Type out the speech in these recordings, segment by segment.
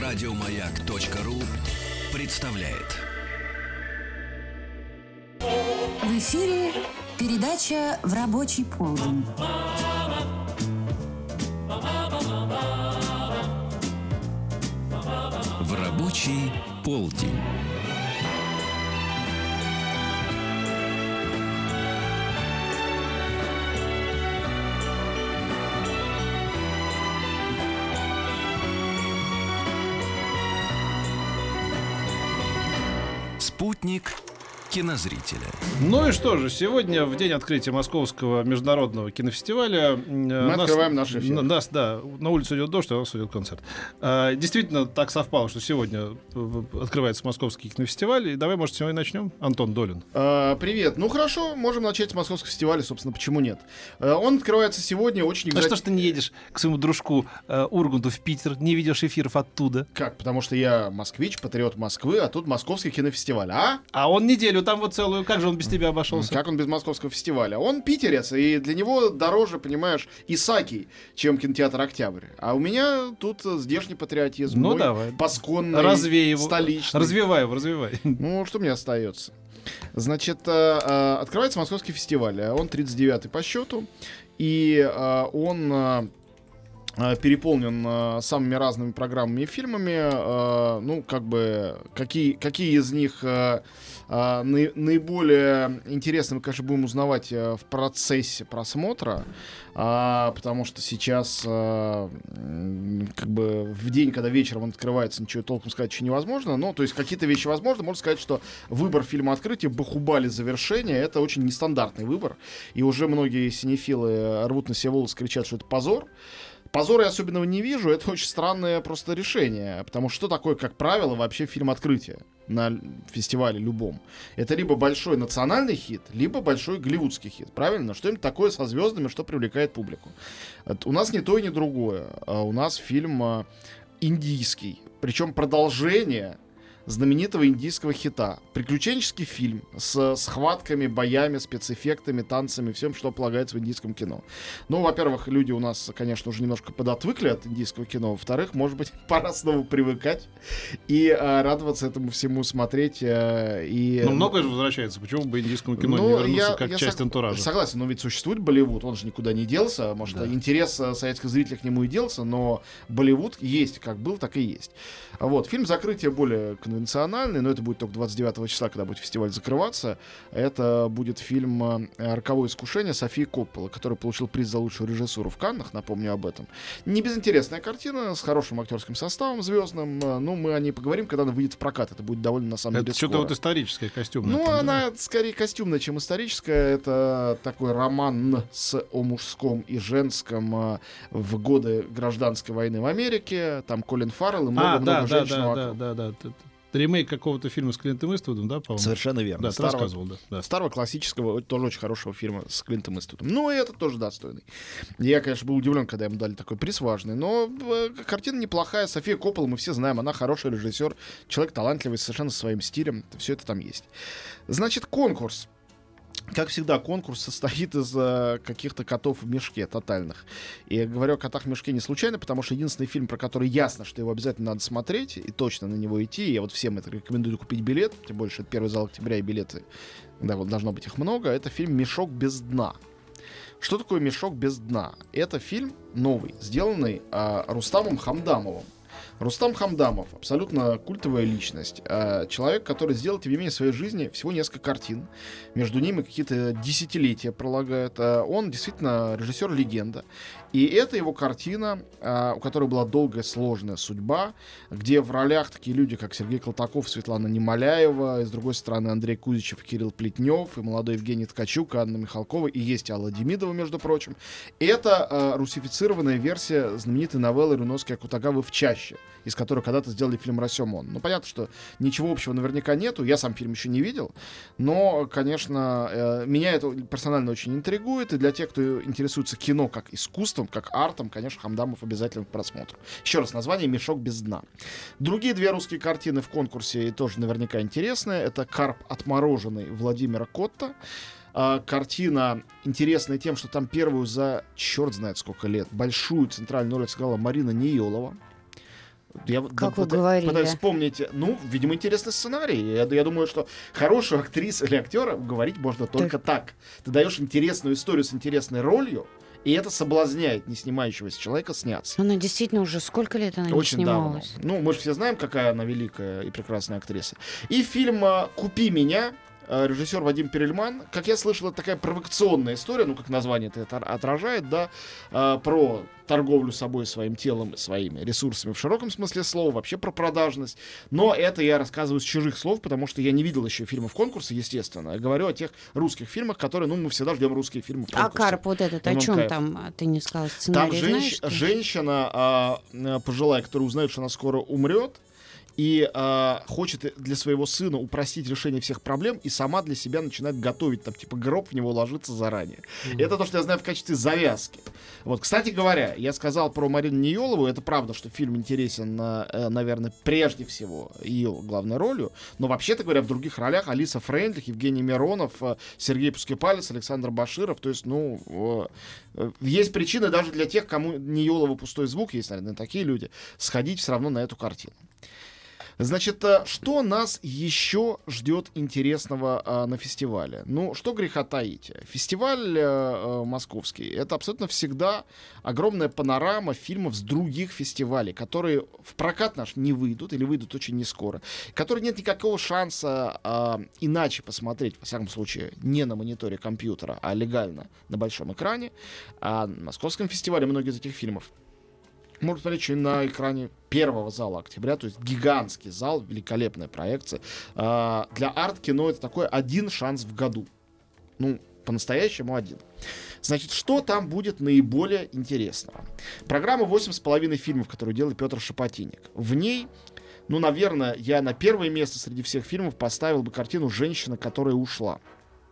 Радиомаяк.ру представляет. В эфире передача «В рабочий полдень». В рабочий полдень. Спутник кинозрителя. Ну и что же, сегодня, в день открытия Московского международного кинофестиваля, мы открываем наш эфир. На улице идет дождь, а у нас идет концерт. Действительно, так совпало, что сегодня открывается Московский кинофестиваль. И давай, может, сегодня начнем? Антон Долин. Привет. Ну хорошо, можем начать с Московского фестиваля, собственно, почему нет? Он открывается сегодня очень... А что ж ты не едешь к своему дружку Урганту в Питер, не ведешь эфиров оттуда? Как? Потому что я москвич, патриот Москвы, а тут Московский кинофестиваль, а? А он неделю там вот целую. Как же он без тебя обошелся? Как он без Московского фестиваля? Он питерец, и для него дороже, понимаешь, Исаакий, чем кинотеатр «Октябрь». А у меня тут здешний патриотизм. Ну мой давай. Пасконный, столичный. Развивай его, развивай. Ну, что мне остается? Значит, открывается Московский фестиваль. Он 39-й по счету. И он... переполнен самыми разными программами и фильмами. Ну, как бы, какие из них наиболее интересны, мы, конечно, будем узнавать в процессе просмотра, потому что сейчас, как бы, в день, когда вечером он открывается, ничего толком сказать еще невозможно. Ну, то есть, какие-то вещи возможно. Можно сказать, что выбор фильма «Открытие», «Бахубали. Завершение» — это очень нестандартный выбор. И уже многие синефилы рвут на себе волосы, кричат, что это позор. Позора я особенного не вижу, это очень странное просто решение, потому что такое, как правило, вообще фильм «Открытие» на фестивале любом? Это либо большой национальный хит, либо большой голливудский хит, правильно? Что-нибудь такое со звездами, что привлекает публику. У нас не то и не другое, у нас фильм индийский, причем продолжение знаменитого индийского хита. Приключенческий фильм с схватками, боями, спецэффектами, танцами, всем, что полагается в индийском кино. Ну, во-первых, люди у нас, конечно, уже немножко подотвыкли от индийского кино. Во-вторых, может быть, пора снова привыкать и радоваться этому всему, смотреть. Но многое же возвращается. Почему бы индийскому кино не вернуться как часть антуража? Согласен, но ведь существует Болливуд, он же никуда не делся. Может, интерес советских зрителей к нему и делся, но Болливуд есть, как был, так и есть. Вот. Фильм «Закрытие» более конвенциональный, но это будет только 29 числа, когда будет фестиваль закрываться. Это будет фильм «Роковое искушение» Софии Копполы, который получил приз за лучшую режиссуру в Каннах, напомню об этом. Не безинтересная картина, с хорошим актерским составом звездным. Ну, мы о ней поговорим, когда она выйдет в прокат. Это будет довольно, на самом деле, это что-то вот историческое, костюмное. Ну, она скорее костюмная, чем историческая. Это такой роман о мужском и женском в годы гражданской войны в Америке. Там Колин Фаррелл и много-много женщин вокруг. Да. Ремейк какого-то фильма с Клинтом Иствудом, да, по-моему? Совершенно верно. Да, ты рассказывал, да. Старого классического, тоже очень хорошего фильма с Клинтом Иствудом. Ну, и это тоже достойный. Я, конечно, был удивлен, когда ему дали такой приз важный, но картина неплохая. София Коппола, мы все знаем, она хороший режиссер, человек талантливый, совершенно своим стилем. Все это там есть. Значит, конкурс. Как всегда, конкурс состоит из каких-то котов в мешке тотальных. И я говорю о котах в мешке не случайно, потому что единственный фильм, про который ясно, что его обязательно надо смотреть и точно на него идти, я вот всем это рекомендую купить билет, тем более, что это первый зал октября, и билеты, да, вот должно быть их много, это фильм «Мешок без дна». Что такое «Мешок без дна»? Это фильм новый, сделанный Рустамом Хамдамовым. Рустам Хамдамов — абсолютно культовая личность. Человек, который сделал, тем не менее, в своей жизни всего несколько картин. Между ними какие-то десятилетия пролагают. Он действительно режиссер-легенда. И это его картина, у которой была долгая, сложная судьба, где в ролях такие люди, как Сергей Колтаков, Светлана Немоляева, и, с другой стороны, Андрей Кузичев, Кирилл Плетнев, и молодой Евгений Ткачук, Анна Михалкова, и есть Алла Демидова, между прочим. Это русифицированная версия знаменитой новеллы Рюноски Акутагавы «В чаще», из которой когда-то сделали фильм «Расемон». Ну, понятно, что ничего общего наверняка нету, я сам фильм еще не видел, но, конечно, меня это персонально очень интригует, и для тех, кто интересуется кино как искусством, как артом, конечно, Хамдамов обязательно к просмотру. Еще раз, название «Мешок без дна». Другие две русские картины в конкурсе тоже наверняка интересные. Это «Карп отмороженный» Владимира Котта. Картина интересная тем, что там первую за черт знает сколько лет большую центральную роль сыграла Марина Ниелова. Я Как вы говорили. пытаюсь вспомнить. Ну, видимо, интересный сценарий. Я думаю, что хорошую актрису или актера говорить можно только так. Ты даешь интересную историю с интересной ролью, и это соблазняет не снимающегося человека сняться. Она действительно уже сколько лет она Очень не давно. снималась? Ну, мы же все знаем, какая она великая и прекрасная актриса. И фильм «Купи меня», режиссер Вадим Перельман. Как я слышал, это такая провокационная история, ну, как название это отражает, да, про торговлю собой, своим телом, своими ресурсами в широком смысле слова, вообще про продажность. Но это я рассказываю с чужих слов, потому что я не видел еще фильмов конкурса, естественно. Я говорю о тех русских фильмах, которые, ну, мы всегда ждем русские фильмы в конкурсе. А Карп вот этот, о чем там, ты не сказал, Там сценарий, знаешь? женщина пожилая, которая узнает, что она скоро умрет, и хочет для своего сына упростить решение всех проблем, и сама для себя начинает готовить, там, типа, гроб в него ложится заранее. Это то, что я знаю в качестве завязки. Вот, кстати говоря, я сказал про Марину Ниелову, это правда, что фильм интересен, наверное, прежде всего ее главной ролью, но вообще-то говоря, в других ролях Алиса Фрейндлих, Евгений Миронов, Сергей Пускипалец, Александр Баширов, то есть, ну, есть причины даже для тех, кому Ниелова пустой звук, есть, наверное, такие люди, сходить все равно на эту картину. Значит, что нас еще ждет интересного на фестивале? Ну, что греха таить. Фестиваль московский — это абсолютно всегда огромная панорама фильмов с других фестивалей, которые в прокат наш не выйдут или выйдут очень нескоро, которые нет никакого шанса иначе посмотреть, во всяком случае, не на мониторе компьютера, а легально на большом экране. А на московском фестивале многие из этих фильмов можно смотреть еще и на экране первого зала октября, то есть гигантский зал, великолепная проекция. Для арт-кино это такой один шанс в году. Ну, по-настоящему один. Значит, что там будет наиболее интересного? Программа 8,5 фильмов, которую делает Петр Шапотинник. В ней, ну, наверное, я на первое место среди всех фильмов поставил бы картину «Женщина, которая ушла».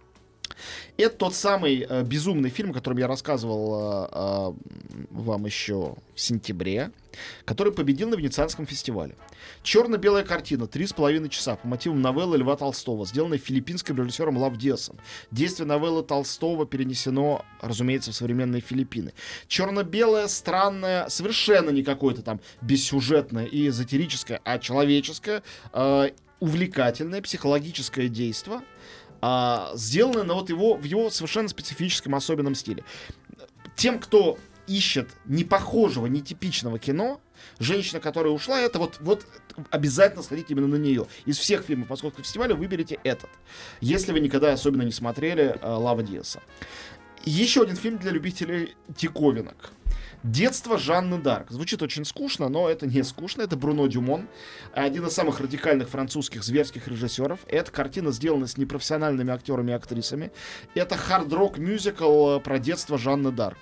Это тот самый безумный фильм, о котором я рассказывал вам еще в сентябре, который победил на Венецианском фестивале. Черно-белая картина, 3,5 часа, по мотивам новеллы Льва Толстого, сделанной филиппинским режиссером Лавдесом. Действие новеллы Толстого перенесено, разумеется, в современные Филиппины. Черно-белая, странная, совершенно не какое-то там бессюжетное и эзотерическое, а человеческое, увлекательное психологическое действие, сделано в его совершенно специфическом особенном стиле. Тем, кто ищет непохожего, нетипичного кино, «Женщина, которая ушла», это вот обязательно сходите именно на нее. Из всех фильмов Московского фестиваля выберите этот, если вы никогда особенно не смотрели Лава Диаса. Еще один фильм для любителей диковинок. «Детство Жанны Дарк». Звучит очень скучно, но это не скучно. Это Бруно Дюмон, один из самых радикальных французских зверских режиссеров. Эта картина сделана с непрофессиональными актерами и актрисами. Это хард-рок мюзикл про детство Жанны Дарк.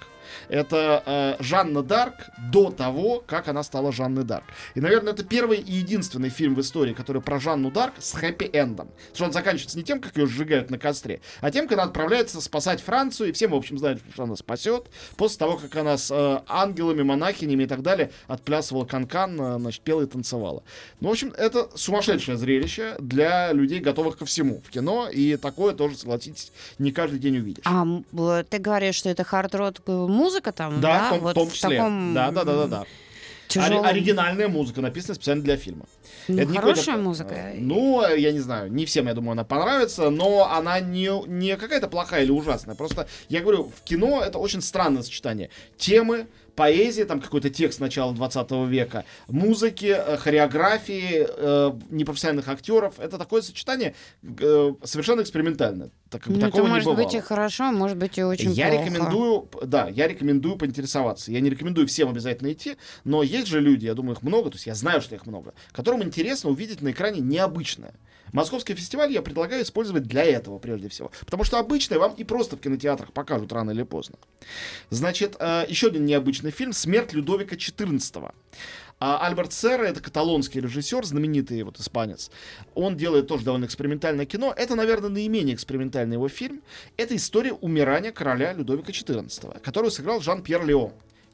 Это Жанна Дарк до того, как она стала Жанной Дарк. И, наверное, это первый и единственный фильм в истории, который про Жанну Дарк с хэппи-эндом. Потому что он заканчивается не тем, как ее сжигают на костре, а тем, как она отправляется спасать Францию, и все мы, в общем, знаем, что она спасет, после того, как она с ангелами, монахинями и так далее отплясывала канкан, значит, пела и танцевала. Ну, в общем, это сумасшедшее зрелище для людей, готовых ко всему в кино, и такое тоже, согласитесь, не каждый день увидишь. А ты говоришь, что это хард-рок музыка там, да? Да, в том числе. Таком... Да. Тяжелом... Оригинальная музыка, написана специально для фильма. Ну, это хорошая музыка. Ну, я не знаю, не всем, я думаю, она понравится, но она не какая-то плохая или ужасная. Просто, я говорю, в кино это очень странное сочетание. Темы, поэзии, там какой-то текст начала 20 века, музыки, хореографии, непрофессиональных актеров. Это такое сочетание совершенно экспериментальное. Такого это не может бывало. быть и хорошо, может быть и очень я плохо. рекомендую поинтересоваться. Я не рекомендую всем обязательно идти, но есть же люди, я думаю, их много, то есть я знаю, что их много, которым интересно увидеть на экране необычное. Московский фестиваль я предлагаю использовать для этого прежде всего. Потому что обычное вам и просто в кинотеатрах покажут рано или поздно. Значит, еще один необычный фильм «Смерть Людовика XIV». Альберт Серра — это каталонский режиссер, знаменитый вот испанец. Он делает тоже довольно экспериментальное кино. Это, наверное, наименее экспериментальный его фильм. Это история умирания короля Людовика XIV, которую сыграл Жан-Пьер Лео.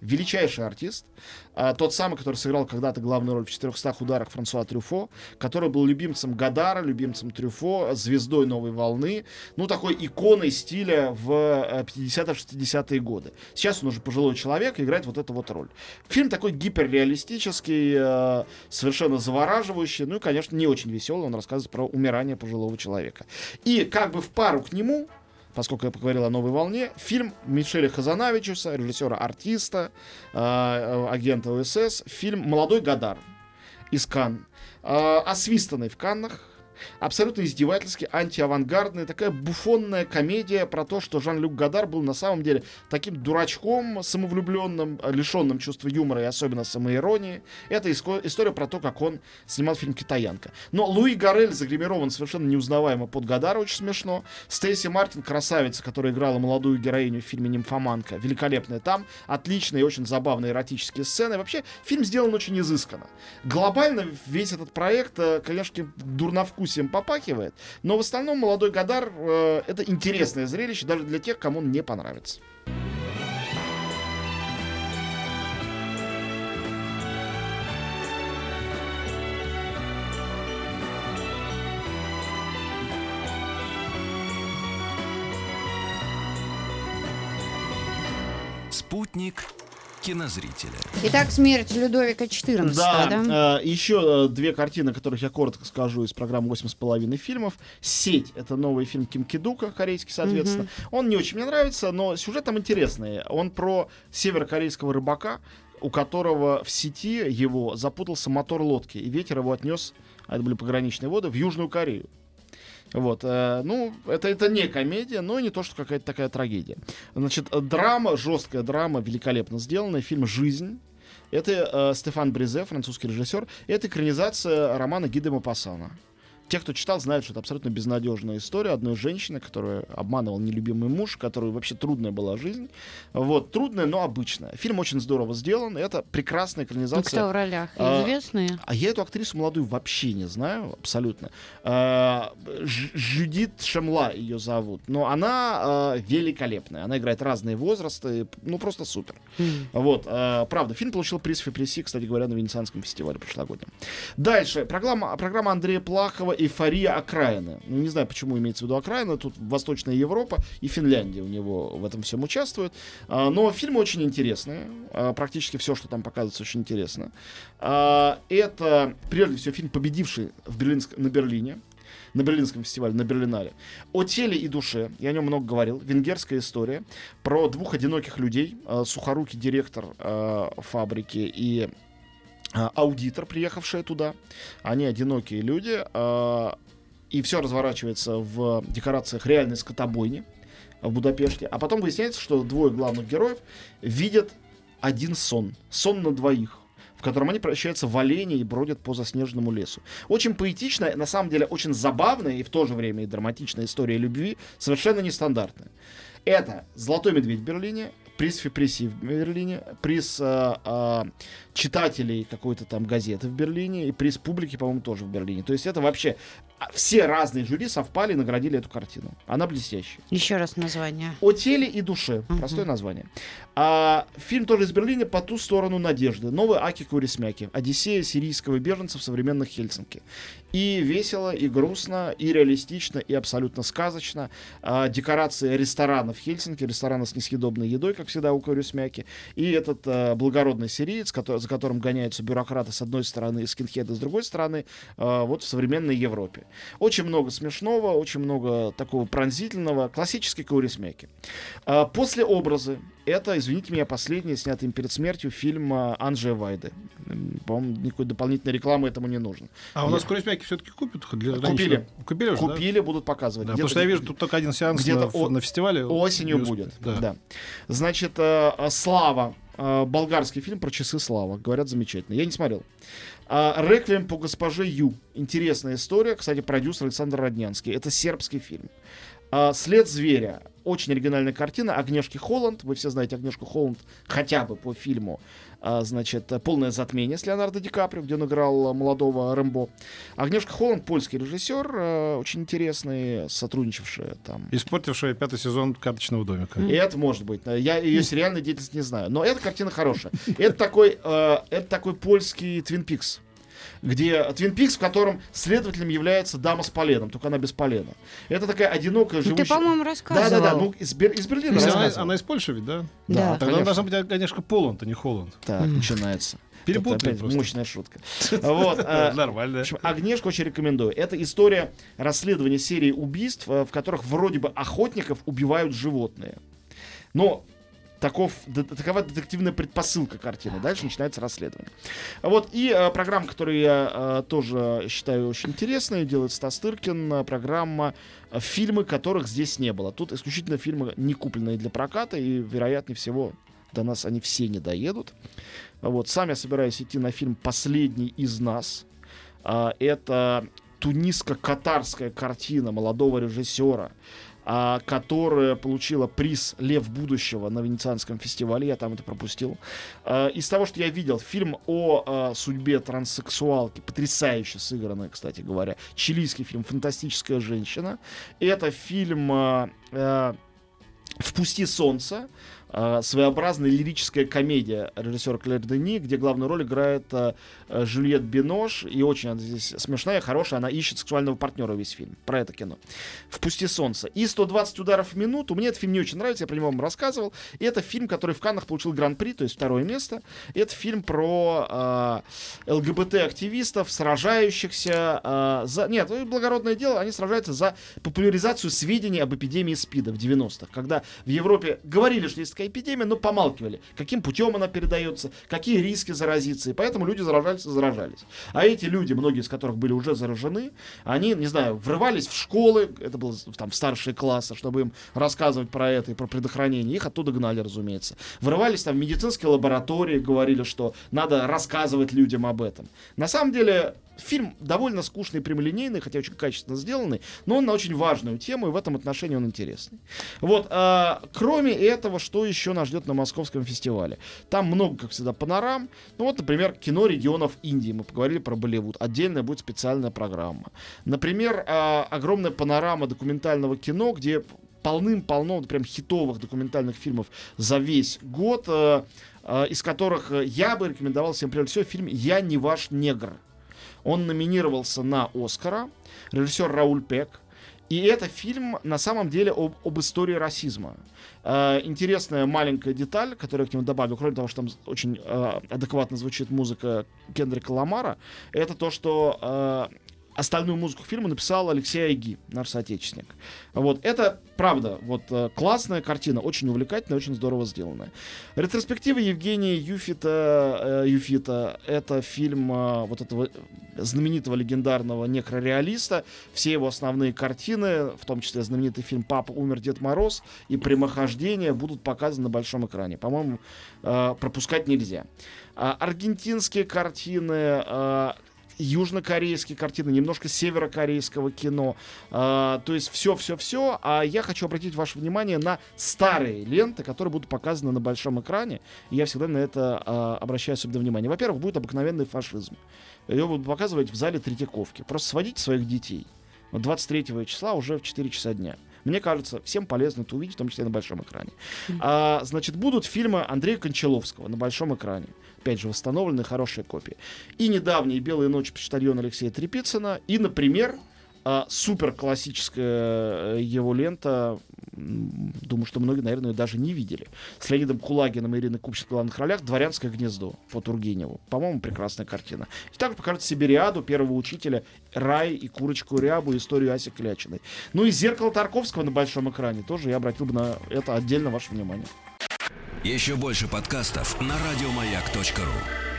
величайший артист, тот самый, который сыграл когда-то главную роль в «400 ударах» Франсуа Трюфо, который был любимцем Годара, любимцем Трюфо, звездой новой волны, ну, такой иконой стиля в 50-60-е годы. Сейчас он уже пожилой человек и играет вот эту вот роль. Фильм такой гиперреалистический, совершенно завораживающий, ну и, конечно, не очень веселый, он рассказывает про умирание пожилого человека. И как бы в пару к нему, поскольку я поговорил о «Новой волне», фильм Мишеля Хазанавичуса, режиссера-артиста, агента ОСС, фильм «Молодой Годар» из Канн, освистанный в Каннах, абсолютно издевательски, антиавангардная, такая буфонная комедия про то, что Жан-Люк Годар был на самом деле таким дурачком, самовлюбленным, лишенным чувства юмора и особенно самоиронии. Это история про то, как он снимал фильм «Китаянка». Но Луи Гаррель загримирован совершенно неузнаваемо под Годара, очень смешно. Стейси Мартин, красавица, которая играла молодую героиню в фильме «Нимфоманка», великолепная там, отличные и очень забавные эротические сцены. Вообще, фильм сделан очень изысканно. Глобально весь этот проект, конечно, дурновкусием попахивает, но в основном «Молодой Годар» это интересное зрелище даже для тех, кому он не понравится. Спутник кинозрителя. Итак, «Смерть Людовика XIV», да? Еще две картины, о которых я коротко скажу из программы «8,5 фильмов». «Сеть» — это новый фильм Ким Ки-дука, корейский, соответственно. Он не очень мне нравится, но сюжет там интересный. Он про северокорейского рыбака, у которого в сети его запутался мотор лодки, и ветер его отнес, а это были пограничные воды, в Южную Корею. Вот, ну, это не комедия, но и не то, что какая-то такая трагедия. Значит, драма, жесткая драма, великолепно сделанная. Фильм «Жизнь». Это Стефан Бризе, французский режиссер. Это экранизация романа Ги де Мопассана. Те, кто читал, знают, что это абсолютно безнадежная история одной женщины, которую обманывал нелюбимый муж, которой вообще трудная была жизнь. Вот, трудная, но обычная. Фильм очень здорово сделан. Это прекрасная экранизация. Ну, кто в ролях? Известные? А я эту актрису молодую вообще не знаю, абсолютно. Жюдит Шемла ее зовут. Но она великолепная. Она играет разные возрасты. Ну, просто супер. Вот, правда, фильм получил приз Фепреси, кстати говоря, на Венецианском фестивале прошлогоднем. Дальше. Программа Андрея Плахова «Эйфория окраины». Ну, не знаю, почему имеется в виду окраина. Тут Восточная Европа и Финляндия у него в этом всем участвуют. Но фильмы очень интересные. Практически все, что там показывается, очень интересно. Это, прежде всего, фильм, победивший на Берлинском фестивале, на Берлинале. «О теле и душе». Я о нем много говорил. Венгерская история про двух одиноких людей. Сухорукий директор фабрики и аудитор, приехавшие туда. Они одинокие люди. И все разворачивается в декорациях реальной скотобойни в Будапеште. А потом выясняется, что двое главных героев видят один сон. Сон на двоих, в котором они превращаются в оленей и бродят по заснеженному лесу. Очень поэтичная, на самом деле очень забавная и в то же время и драматичная история любви, совершенно нестандартная. Это «Золотой медведь» в Берлине, приз Фепреси в Берлине, приз читателей какой-то там газеты в Берлине и приз публики, по-моему, тоже в Берлине. То есть это вообще все разные жюри совпали и наградили эту картину. Она блестящая. Еще раз название. «О теле и душе». Простое название. Фильм тоже из Берлина «По ту сторону надежды». Новый Аки Каурисмяки. Одиссея сирийского беженца в современных Хельсинки. И весело, и грустно, и реалистично, и абсолютно сказочно. Декорации ресторана в Хельсинки, ресторана с несъедобной едой, как всегда у Каурисмяки. И этот благородный сириец, за которым гоняются бюрократы с одной стороны и скинхеды с другой стороны, вот в современной Европе. Очень много смешного, очень много такого пронзительного. Классический Каурисмяки. После образы. Это, извините меня, последний, снятый им перед смертью, фильм Анджея Вайды. По-моему, никакой дополнительной рекламы этому не нужно. А у нас Каурисмяки все-таки купят? Купили. Купили уже, Купили, да? Будут показывать. Да, потому что я вижу, тут только один сеанс на фестивале. Осенью будет. Да. Значит, «Слава». Болгарский фильм про часы славы. Говорят, замечательно. Я не смотрел. «Реквием по госпоже Ю». Интересная история. Кстати, продюсер Александр Роднянский. Это сербский фильм. «След зверя». Очень оригинальная картина Агнешки Холланд. Вы все знаете Агнешку Холланд хотя бы по фильму «Полное затмение» с Леонардо Ди Каприо, где он играл молодого Рэмбо. Агнешка Холланд — польский режиссер, очень интересный, сотрудничавший там. Испортившая 5-й сезон «Карточного домика». И это может быть. Я ее сериальной деятельности не знаю. Но эта картина хорошая. Это такой польский Twin Peaks. Где Твин Пикс, в котором следователем является дама с поленом, только она без полена. Это такая одинокая живущая... Ты, по-моему, рассказывал. Да-да-да, ну из Берлина рассказывал. Она из Польши ведь, да? Да, Тогда конечно. должна быть, конечно, Поланд, а не Холланд. Так, начинается. Перепутали Это просто. мощная шутка. Вот. Нормально. В общем, «Агнешку» очень рекомендую. Это история расследования серии убийств, в которых вроде бы охотников убивают животные. Но такова детективная предпосылка картины. Дальше начинается расследование. Вот. И программа, которую я тоже считаю очень интересной, делает Стас Тыркин. Программа «Фильмы, которых здесь не было». Тут исключительно фильмы, не купленные для проката, и, вероятнее всего, до нас они все не доедут. Вот. Сам я собираюсь идти на фильм «Последний из нас». Это туниско-катарская картина молодого режиссера, которая получила приз «Лев будущего» на Венецианском фестивале. Я там это пропустил. Из того, что я видел, фильм о судьбе транссексуалки, потрясающе сыгранный, кстати говоря. Чилийский фильм «Фантастическая женщина». Это фильм «Впусти солнце», своеобразная лирическая комедия режиссера Клэр Дени, где главную роль играет Жюльет Бинош, и очень она здесь смешная, хорошая, она ищет сексуального партнера весь фильм. Про это кино. «Впусти солнце». И «120 ударов в минуту». Мне этот фильм не очень нравится, я про него вам рассказывал. И это фильм, который в Каннах получил гран-при, то есть 2-е место. Это фильм про ЛГБТ-активистов, сражающихся за... Нет, благородное дело, они сражаются за популяризацию сведений об эпидемии СПИДа в 90-х, когда в Европе говорили, что есть эпидемия, но помалкивали, каким путем она передается, какие риски заразиться, и поэтому люди заражались и заражались. А эти люди, многие из которых были уже заражены, они, не знаю, врывались в школы, это было там в старшие классы, чтобы им рассказывать про это и про предохранение, их оттуда гнали, разумеется. Врывались там в медицинские лаборатории, говорили, что надо рассказывать людям об этом. На самом деле, фильм довольно скучный и прямолинейный, хотя очень качественно сделанный, но он на очень важную тему, и в этом отношении он интересный. Вот, кроме этого, что еще нас ждет на Московском фестивале? Там много, как всегда, панорам. Ну вот, например, кино регионов Индии. Мы поговорили про Болливуд. Отдельная будет специальная программа. Например, огромная панорама документального кино, где полным-полно прям хитовых документальных фильмов за весь год, из которых я бы рекомендовал всем прежде всего фильм «Я не ваш негр». Он номинировался на «Оскара», режиссер Рауль Пек. И это фильм, на самом деле, об истории расизма. Интересная маленькая деталь, которую я к нему добавлю, кроме того, что там очень адекватно звучит музыка Кендрика Ламара, это то, что остальную музыку к фильму написал Алексей Айги, наш соотечественник. Вот. Это, правда, вот, классная картина, очень увлекательная, очень здорово сделанная. Ретроспектива Евгения Юфита. Это фильм вот этого знаменитого легендарного некрореалиста. Все его основные картины, в том числе знаменитый фильм «Папа умер, Дед Мороз» и «Прямохождение» будут показаны на большом экране. По-моему, пропускать нельзя. Аргентинские картины, южнокорейские картины, немножко северокорейского кино. То есть все. А я хочу обратить ваше внимание на старые ленты, которые будут показаны на большом экране. И я всегда на это обращаю особенное внимание. Во-первых, будет обыкновенный фашизм. Его будут показывать в зале Третьяковки. Просто сводите своих детей. 23 числа уже в 4 часа дня. Мне кажется, всем полезно это увидеть, в том числе на большом экране. Значит, будут фильмы Андрея Кончаловского на большом экране. Опять же, восстановленные, хорошие копии. И недавние «Белые ночи» почтальона Алексея Трепицына. И, например, супер классическая его лента, думаю, что многие, наверное, ее даже не видели, с Леонидом Кулагиным и Ириной Купчик в главных ролях, «Дворянское гнездо» по Тургеневу. По-моему, прекрасная картина. И также покажут «Сибириаду», «Первого учителя», «Рай» и «Курочку Рябу», историю Аси Клячиной. Ну и «Зеркало Тарковского» на большом экране. Тоже я обратил бы на это отдельно ваше внимание. Еще больше подкастов на радиомаяк.ру.